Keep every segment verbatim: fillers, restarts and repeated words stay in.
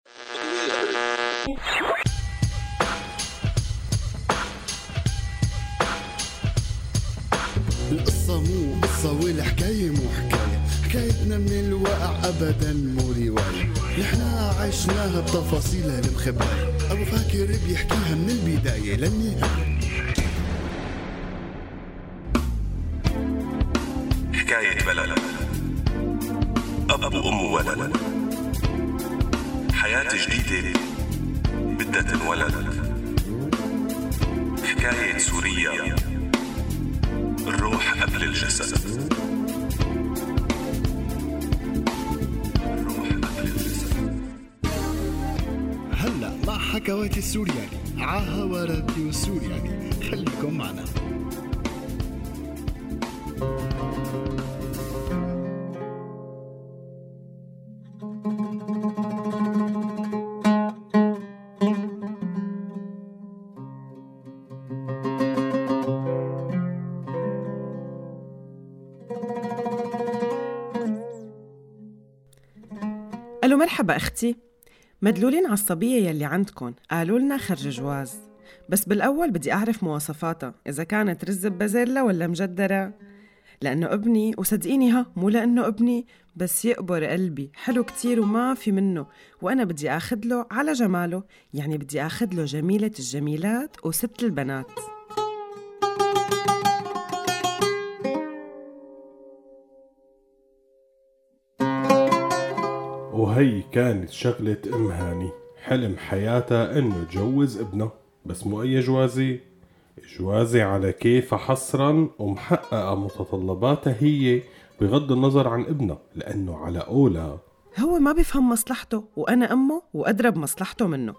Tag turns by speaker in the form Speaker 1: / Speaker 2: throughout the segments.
Speaker 1: القصة مو قصة والحكاية مو حكاية، حكايتنا من الواقع أبدا مو رواية، نحنا عشناها بتفاصيلها المخبأة، أبو فاكر بيحكيها من البداية للنهاية.
Speaker 2: حكاية بلد، أب وأم وولد، حياة جديدة بدها تنولد. حكاية سوريا، الروح قبل الجسد. الروح قبل الجسد.
Speaker 1: هلا مع حكواتي السورياني عاها راديو السورياني، خليكم معنا.
Speaker 3: ألو مرحبا أختي، مدلولين على الصبية يلي عندكن، قالوا لنا خرج جواز، بس بالأول بدي أعرف مواصفاتها، إذا كانت رز ببازيلا ولا مجدرة، لأنه ابني، وصدقيني ها مو لأنه ابني بس يقبر قلبي، حلو كتير وما في منه، وأنا بدي أخدله على جماله، يعني بدي أخدله جميلة الجميلات وست البنات.
Speaker 4: وهي كانت شغلة أم هاني، حلم حياتها إنه تجوز ابنها، بس مو أي جوازي، جوازي على كيفها حصرا ومحققة متطلباتها هي بغض النظر عن ابنها، لأنه على قولها
Speaker 3: هو ما بيفهم مصلحته، وأنا أمه وأدرى بمصلحته منه.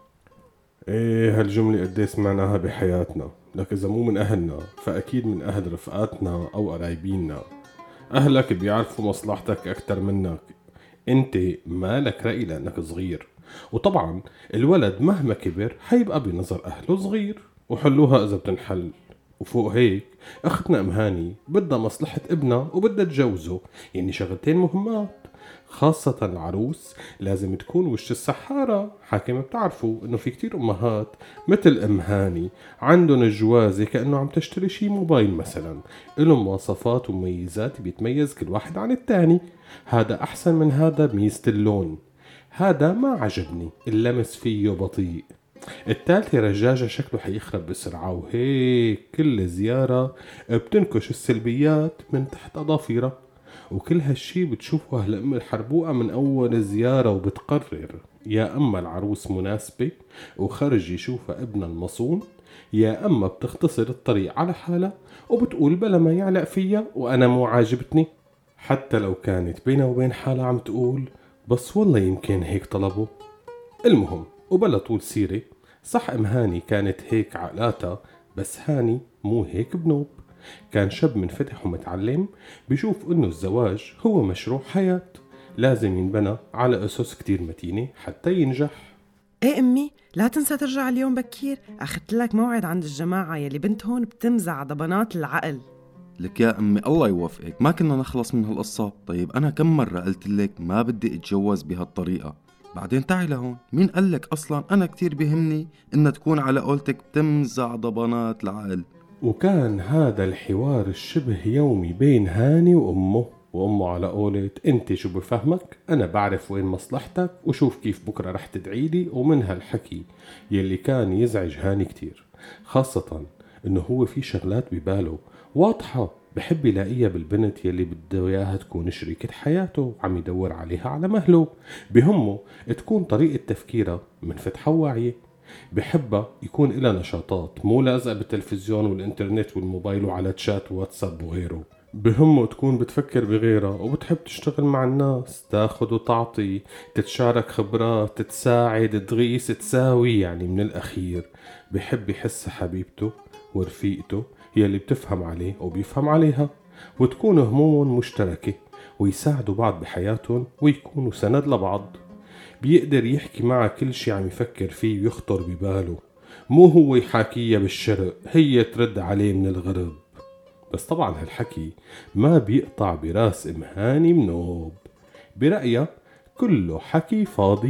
Speaker 4: إيه هالجملة قديه سمعناها بحياتنا، لك إذا مو من أهلنا فأكيد من أهل رفقاتنا أو قرايبيننا. أهلك بيعرفوا مصلحتك أكتر منك، انت مالك رأي لأنك صغير، وطبعا الولد مهما كبر حيبقى بنظر أهله صغير، وحلوها إذا بتنحل. وفوق هيك أختنا أم هاني بدها مصلحة ابنها وبدها تجوزه، يعني شغلتين مهمات، خاصة العروس لازم تكون وش السحارة. حاكم بتعرفوا إنه في كتير أمهات مثل أم هاني عندهم الجوازة كأنه عم تشتري شي موبايل مثلا، إله مواصفات ومميزات بيتميز كل واحد عن التاني، هذا أحسن من هذا بميزة اللون، هذا ما عجبني اللمس فيه بطيء، الثالثة رجاجة شكله حيخرب بسرعة، وهيك كل زيارة بتنكش السلبيات من تحت أظافيرها. وكل هالشي بتشوفه هالأم الحربوقة من أول زيارة، وبتقرر يا أما العروس مناسبة وخرج يشوفها ابن المصون، يا أما بتختصر الطريق على حالها وبتقول بلا ما يعلق فيها وأنا مو عاجبتني، حتى لو كانت بينها وبين حالها عم تقول بس والله يمكن هيك طلبوا. المهم وبلا طول سيرة، صح أم هاني كانت هيك عقلاتها، بس هاني مو هيك بنوب، كان شاب منفتح ومتعلم بيشوف انه الزواج هو مشروع حياة لازم ينبنى على أسس كتير متينة حتى ينجح.
Speaker 3: ايه امي لا تنسى ترجع اليوم بكير، اخذت لك موعد عند الجماعة يلي بنتهم بتمزع ضبنات العقل.
Speaker 5: لك يا أمي الله يوفقك، ما كنا نخلص من هالقصة. طيب أنا كم مرة قلت لك ما بدي أتجوز بهالطريقة؟ بعدين تعي لهون، مين قال لك أصلا أنا كتير بيهمني إن تكون على قولتك بتمزع ضبنات العقل.
Speaker 4: وكان هذا الحوار الشبه يومي بين هاني وأمه، وأمه على قولة انت شو بفهمك، أنا بعرف وين مصلحتك وشوف كيف بكرة رح تدعيلي. ومن هالحكي يلي كان يزعج هاني كتير، خاصة إنه هو في شغلات بباله واضحة بحب يلاقيها بالبنت يلي بده إياها تكون شريكة حياته، عم يدور عليها على مهله، بهمه تكون طريقة تفكيرها منفتحة وواعية، بحبها يكون إلها نشاطات مو لازقة بالتلفزيون والإنترنت والموبايل وعلى تشات وواتساب وغيره، بهمه تكون بتفكر بغيرها وبتحب تشتغل مع الناس، تاخد وتعطي، تتشارك خبرات، تتساعد، تغيث، تساوي، يعني من الأخير بحب يحس حبيبته ورفيقته هي اللي بتفهم عليه وبيفهم عليها، وتكون هموم مشتركة ويساعدوا بعض بحياتهم ويكونوا سند لبعض. بيقدر يحكي معها كل شي عم يفكر فيه ويخطر بباله، مو هو يحاكيها بالشرق هي ترد عليه من الغرب. بس طبعا هالحكي ما بيقطع براس ام هاني منوب، برأيها كله حكي فاضي،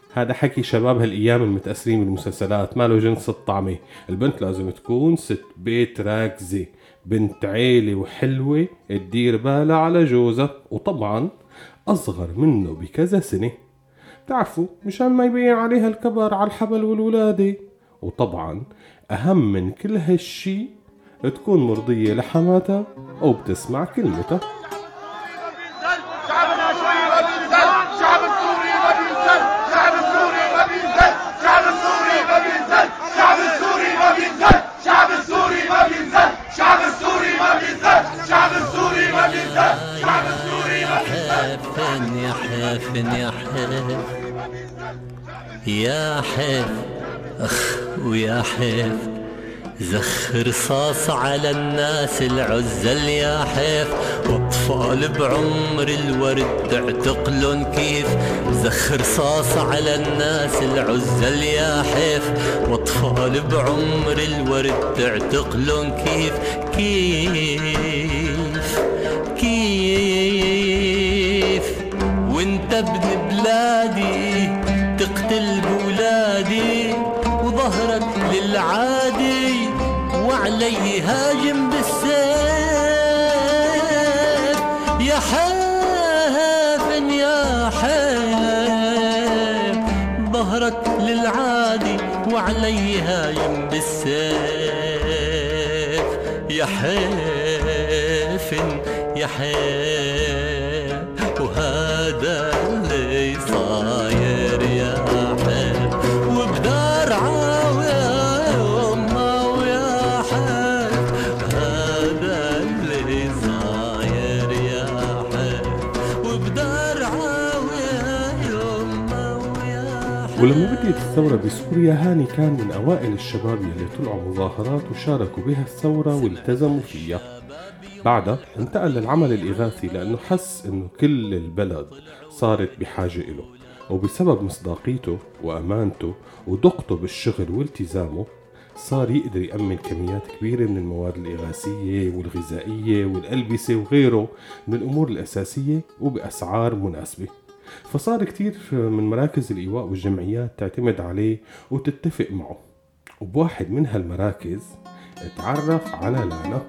Speaker 4: هذا حكي شباب هالأيام المتأثرين بالمسلسلات، ما له جنس الطعمة. البنت لازم تكون ست بيت راكزة، بنت عيلة وحلوة تدير بالها على جوزها، وطبعا أصغر منه بكذا سنة، تعرفوا مشان ما يبين عليها الكبر على الحبل والولادة. وطبعا أهم من كل هالشي تكون مرضية لحماتها أو بتسمع كلمتها.
Speaker 6: يا حيف يا حيف يا حيف اخ ويا حيف، زخ رصاص على الناس العزل يا حيف، واطفال بعمر الورد تعتقلن كيف، زخ رصاص على الناس العزل يا حيف، واطفال بعمر الورد تعتقلن كيف كيف كيف، وانت ابن بلادي تقتل بولادي، وظهرك للعادي وعلي هاجم بالسيف يا حيف يا حيف، ظهرك للعادي وعلي هاجم بالسيف يا حيف يا حيف، وهذا اللي صاير يا حيف، وبدار عاوية يما ويا حيف، هذا اللي صاير يا حيف، وبدار عاوية يما ويا حيف.
Speaker 4: ولما بديت الثورة بسوريا، هاني كان من أوائل الشباب يلي طلعوا مظاهرات وشاركوا بها الثورة والتزموا فيها. بعدها انتقل للعمل الإغاثي لأنه حس إنه كل البلد صارت بحاجة إله، وبسبب مصداقيته وأمانته ودقته بالشغل والتزامه صار يقدر يأمن كميات كبيرة من المواد الإغاثية والغذائية والألبسة وغيره من الأمور الأساسية وبأسعار مناسبة. فصار كتير من مراكز الإيواء والجمعيات تعتمد عليه وتتفق معه، وبواحد من هالمراكز اتعرف على لانا.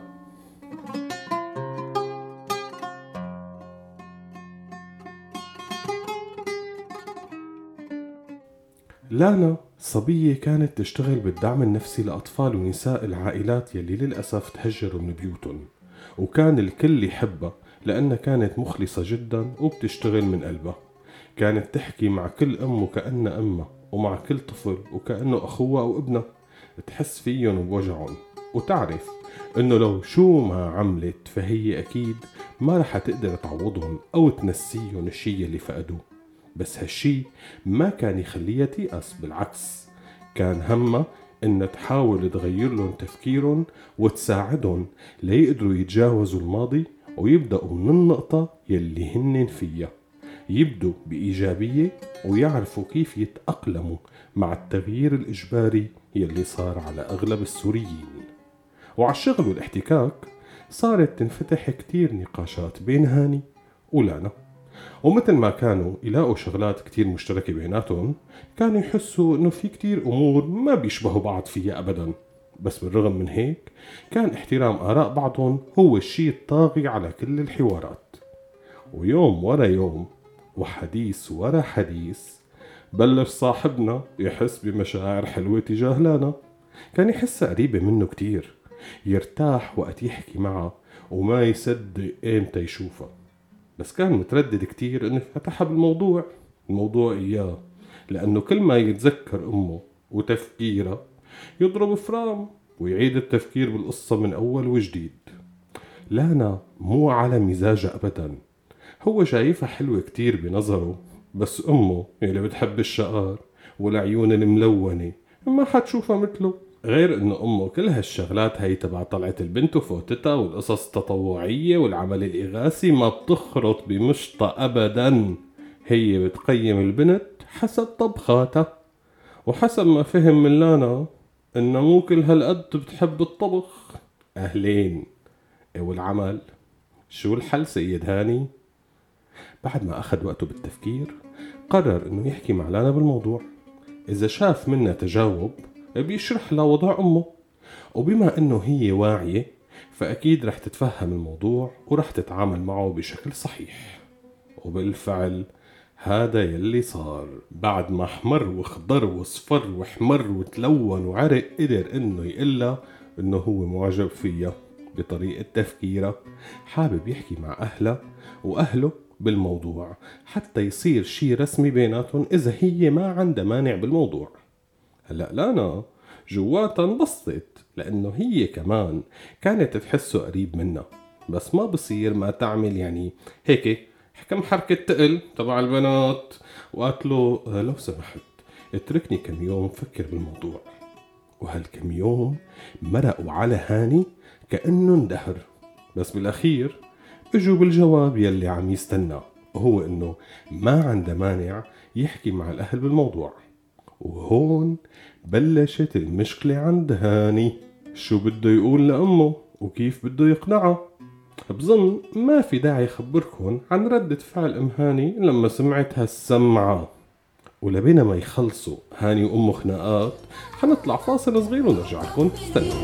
Speaker 4: لانا صبية كانت تشتغل بالدعم النفسي لأطفال ونساء العائلات يلي للأسف تهجروا من بيوتهم، وكان الكل يحبها لأنها كانت مخلصة جدا وبتشتغل من قلبها. كانت تحكي مع كل أم وكأنها أمها، ومع كل طفل وكأنه أخوها أو ابنها، تحس فيهم وبوجعهم، وتعرف إنه لو شو ما عملت فهي أكيد ما رح تقدر تعوضهم أو تنسيهم الشي اللي فقدوه. بس هالشي ما كان يخليها تيأس، بالعكس كان همها إنها تحاول تغير لهم تفكيرهم وتساعدهم ليقدروا يتجاوزوا الماضي ويبدأوا من النقطة يلي هن فيها، يبدوا بإيجابية ويعرفوا كيف يتأقلموا مع التغيير الإجباري يلي صار على أغلب السوريين. وعلى الشغل والاحتكاك صارت تنفتح كتير نقاشات بين هاني ولانا، ومثل ما كانوا يلاقوا شغلات كتير مشتركة بيناتهم، كانوا يحسوا انه في كتير امور ما بيشبهوا بعض فيها ابدا. بس بالرغم من هيك كان احترام آراء بعضهم هو الشيء الطاغي على كل الحوارات. ويوم ورا يوم وحديث ورا حديث بلش صاحبنا يحس بمشاعر حلوة تجاه لانا. كان يحسها قريبة منه كتير، يرتاح وقت يحكي معها وما يصدق ايمتى يشوفها. بس كان متردد كتير انه فتح بالموضوع الموضوع اياه، لانه كل ما يتذكر امه وتفكيرها يضرب فرام ويعيد التفكير بالقصة من اول وجديد. لانا مو على مزاجه ابدا، هو شايفها حلوة كتير بنظره، بس امه اللي بتحب الشقار والعيون الملونة ما حتشوفها مثله. غير انه امه كل هالشغلات هي تبع طلعة البنت وفوتتها والقصص التطوعية والعمل الاغاثي ما بتخرط بمشطة ابدا، هي بتقيم البنت حسب طبخاتها. وحسب ما فهم من لانا انه مو كل هالقد بتحب الطبخ. اهلين. والعمل شو الحل سيد هاني؟ بعد ما اخذ وقته بالتفكير قرر إنه يحكي مع لانا بالموضوع. إذا شاف منها تجاوب بيشرح لها وضع أمه، وبما إنه هي واعية فأكيد رح تتفهم الموضوع ورح تتعامل معه بشكل صحيح. وبالفعل هذا يلي صار. بعد ما احمر وخضر وصفر وحمر وتلون وعرق، قدر إنه يقلها إنه هو معجب فيها بطريقة تفكيرها، حابب يحكي مع أهلها وأهله بالموضوع حتى يصير شي رسمي بيناتهم إذا هي ما عندها مانع بالموضوع. هلأ لانا جواتها انبسطت لأنه هي كمان كانت تحسه قريب منها، بس ما بصير ما تعمل يعني هيك كم حركة تقل تبع البنات، وقالت له لو سمحت اتركني كم يوم فكر بالموضوع. وهالكم يوم مرقوا على هاني كأنه اندهر، بس بالأخير اجوا بالجواب يلي عم يستنى، وهو انه ما عنده مانع يحكي مع الأهل بالموضوع. وهون بلشت المشكلة عند هاني، شو بده يقول لأمه وكيف بده يقنعها. بظن ما في داعي خبركن عن ردة فعل أم هاني لما سمعت هالسمعة. ولبينا ما يخلصوا هاني وأمه خناقات حنطلع فاصل صغير ونرجع لكم، استنونا.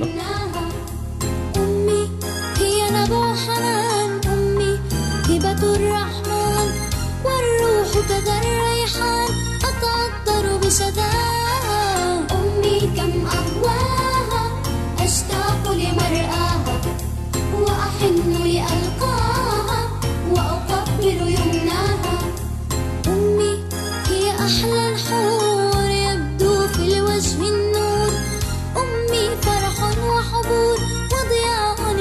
Speaker 7: أمي هي نبع حنان، أمي هبة الرحمن والروح كذا الريحان أتعطر بشذاها. أمي كم أهواها أشتاق لمرآها وأحن لألقاها وأقبل يمناها. أمي هي أحلى الحور يبدو في الوجه النور، أمي فرح وحبور وضياء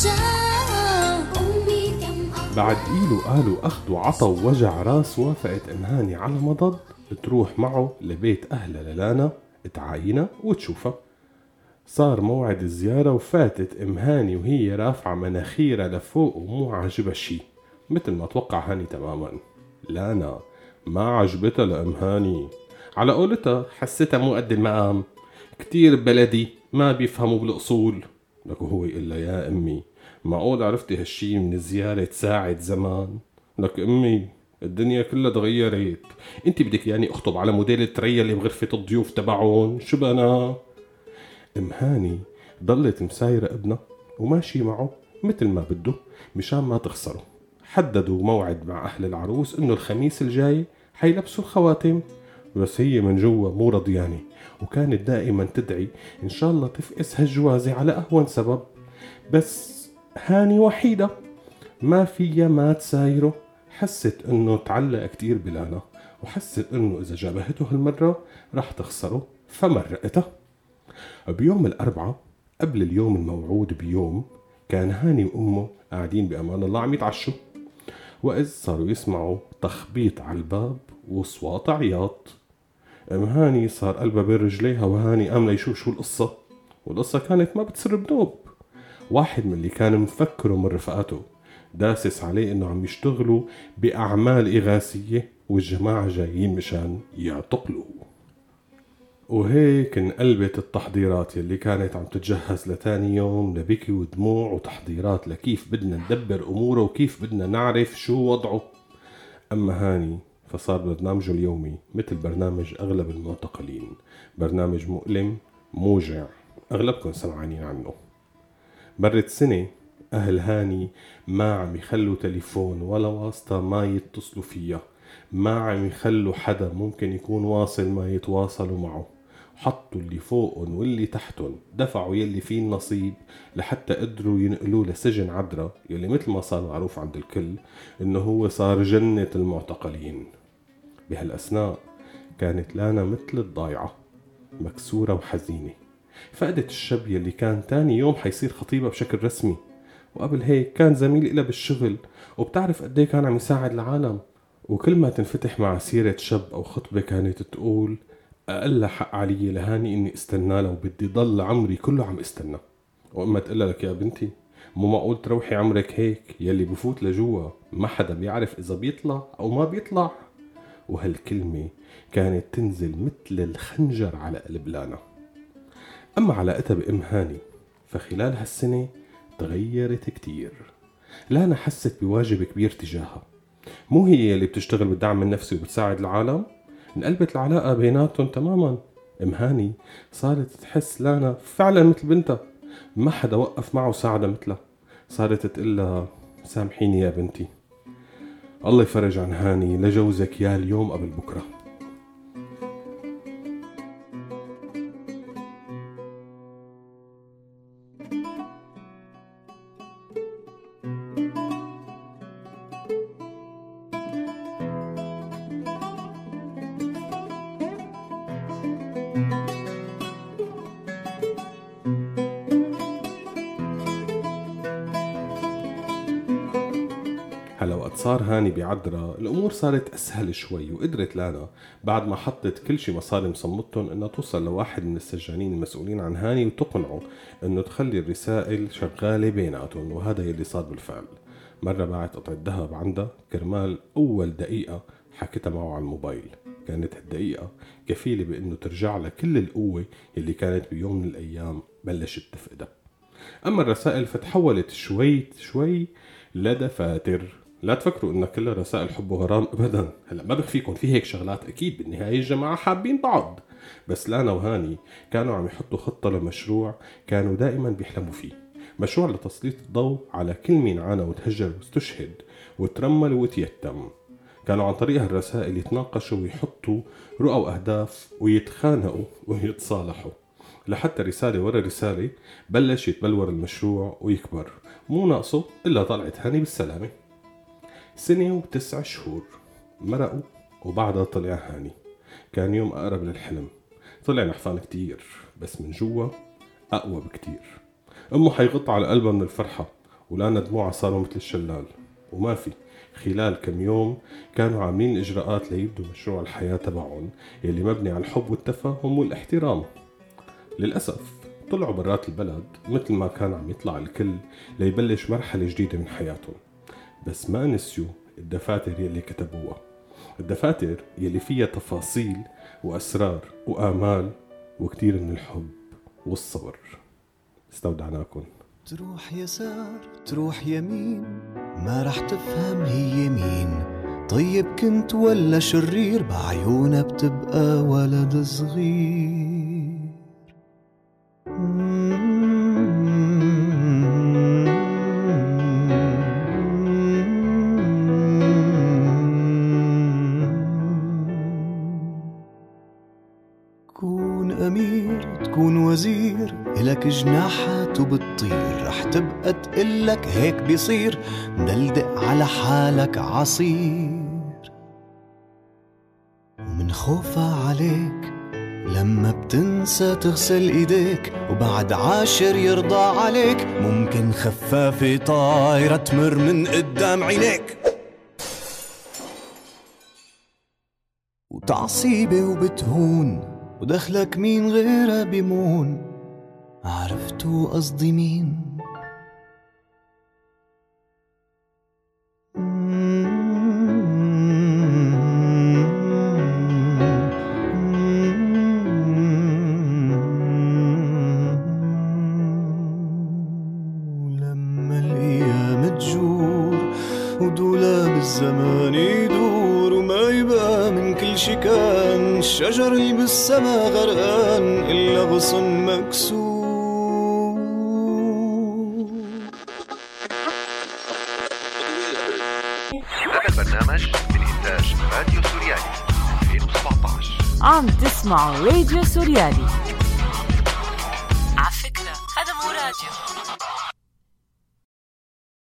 Speaker 7: يغشاها. أمي كم
Speaker 4: بعد قيلوا قالوا أخذوا عطا ووجع راس، وافقت أم هاني على مضض تروح معه لبيت أهلها للانا تعاينها وتشوفها. صار موعد الزيارة وفاتت أم هاني وهي رافعة مناخيرها لفوق ومو عاجبها شي، مثل ما توقع هاني تماما. لانا ما عجبتها لأم هاني، على قولتها حسيتها مو قد المقام، كتير بلدي ما بيفهموا بالأصول. لك هو يقول لها يا أمي معقول عرفتي هالشي من زيارة ساعة زمان؟ لك أمي الدنيا كلها تغيرت، انت بدك يعني اخطب على موديل تريا اللي بغرفة الضيوف تبعون؟ شو بنا؟ ام هاني ضلت مسايرة ابنها وماشي معه مثل ما بده مشان ما تخسره. حددوا موعد مع اهل العروس انه الخميس الجاي حيلبسوا الخواتم، بس هي من جوا مو رضيانة وكانت دائما تدعي ان شاء الله تفقس هالجوازة على اهون سبب. بس هاني وحيدة ما فيها ما تسايره، حست انه تعلق كتير بلانا وحست انه اذا جابهته هالمرة راح تخسره فمرقتها. بيوم الأربعاء قبل اليوم الموعود بيوم كان هاني وأمه قاعدين بأمان الله عم يتعشوا، وإذ صاروا يسمعوا تخبيط على الباب وصوات عياط. أم هاني صار قلبها بين رجليها وهاني قام ليشوف شو القصة، والقصة كانت ما بتصير بنوب. واحد من اللي كان مفكره من رفقاته داسس عليه انه عم يشتغلوا بأعمال إغاثية والجماعة جايين مشان يعتقلوا. وهيك انقلبت التحضيرات يلي كانت عم تتجهز لتاني يوم لبكي ودموع وتحضيرات لكيف بدنا ندبر أموره وكيف بدنا نعرف شو وضعه. أما هاني فصار برنامجه اليومي مثل برنامج أغلب المعتقلين، برنامج مؤلم موجع أغلبكم سمعانين عنه. مرت سنة أهل هاني ما عم يخلوا تليفون ولا واسطة ما يتصلوا فيها، ما عم يخلوا حدا ممكن يكون واصل ما يتواصلوا معه. حطوا اللي فوقهم واللي تحتهم، دفعوا يلي فيه النصيب لحتى قدروا ينقلوه لسجن عدرا يلي مثل ما صار معروف عند الكل انه هو صار جنة المعتقلين. بهالأثناء كانت لانا مثل الضايعة مكسورة وحزينة. فقدت الشاب يلي كان تاني يوم حيصير خطيبها بشكل رسمي، وقبل هيك كان زميل إلها بالشغل وبتعرف قديه كان عم يساعد العالم. وكل ما تنفتح مع سيرة شاب أو خطبة كانت تقول أقل حق علي لهاني إني استنى له وبدي ضل عمري كله عم استنى. وأما تقول لك يا بنتي مو معقول تروحي عمرك هيك، يلي بفوت لجوا ما حدا بيعرف إذا بيطلع أو ما بيطلع. وهالكلمة كانت تنزل مثل الخنجر على قلب لانا. أما علاقتها بأم هاني فخلال هالسنة تغيرت كتير. لانا حست بواجب كبير تجاهها، مو هي اللي بتشتغل بالدعم النفسي وبتساعد العالم؟ انقلبت العلاقة بيناتهم تماما. ام هاني صارت تحس لانا فعلا مثل بنتها، ما حدا وقف معه وساعدها مثلها. صارت تقلها سامحيني يا بنتي، الله يفرج عن هاني لجوزك يا اليوم قبل بكرة. هلا وقت صار هاني بعدرا الأمور صارت أسهل شوي، وقدرت لانا بعد ما حطت كل شي مصاري مصمتهم إنها توصل لواحد من السجانين المسؤولين عن هاني وتقنعه إنه تخلي الرسائل شغالة بيناتهم، وهذا يلي صار بالفعل. مرة باعت قطعة ذهب عندها كرمال أول دقيقة حكتها معه على الموبايل، كانت هالدقيقة كفيلة بإنه ترجع لها كل القوة يلي كانت بيوم من الأيام بلشت تفقدها. أما الرسائل فتحولت شوي شوي لدفاتر. لا تفكروا إنها كلها رسائل حب وغرام أبدا، هلا ما بخفيكم في هيك شغلات أكيد، بالنهاية الجماعة حابين بعض، بس لانا وهاني كانوا عم يحطوا خطة لمشروع كانوا دائما بيحلموا فيه، مشروع لتسليط الضوء على كل مين عانى وتهجر واستشهد وترمل وتيتم. كانوا عن طريق هالرسائل يتناقشوا ويحطوا رؤى وأهداف ويتخانقوا ويتصالحوا، لحتى رسالة ورا رسالة بلش يتبلور المشروع ويكبر. مو ناقصه إلا طلعت هاني بالسلامة. سنة وتسع شهور مرقوا وبعدها طلع هاني. كان يوم أقرب للحلم، طلع نحفان كتير بس من جوا أقوى بكتير. أمه حيغط على قلبها من الفرحة، ولانا دموعها صاروا مثل الشلال. وما في خلال كم يوم كانوا عاملين إجراءات ليبدوا مشروع الحياة تبعهم يلي مبني على الحب والتفاهم والاحترام. للأسف طلعوا برات البلد مثل ما كان عم يطلع الكل ليبلش مرحلة جديدة من حياتهم، بس ما نسيوا الدفاتر يلي كتبوها، الدفاتر يلي فيها تفاصيل وأسرار وآمال وكتير من الحب والصبر. استودعناكم.
Speaker 8: تروح يسار تروح يمين ما رح تفهم هي مين، طيب كنت ولا شرير بعيونها بتبقى ولد صغير. كون أمير تكون وزير إلك جناحات وبتطير، رح تبقى تقلك هيك بيصير مدلدق على حالك عصير. ومن خوفها عليك لما بتنسى تغسل ايديك، وبعد عاشر يرضى عليك ممكن خفافة طايرة تمر من قدام عينيك. وتعصيبة وبتهون ودخلك مين غيرها بيمون، عرفتوا قصدي مين؟ ولما الأيام تجور ودولاب الزمان يدور وما يبقى من كل شي كان، الشجر اللي بالسما غرقان إلا غصن مكسور.
Speaker 2: هذا البرنامج من إنتاج راديو سوريالي ألفين وسبعة عشر.
Speaker 9: عم تسمعوا راديو سوريالي. على فكرة هذا مو راديو،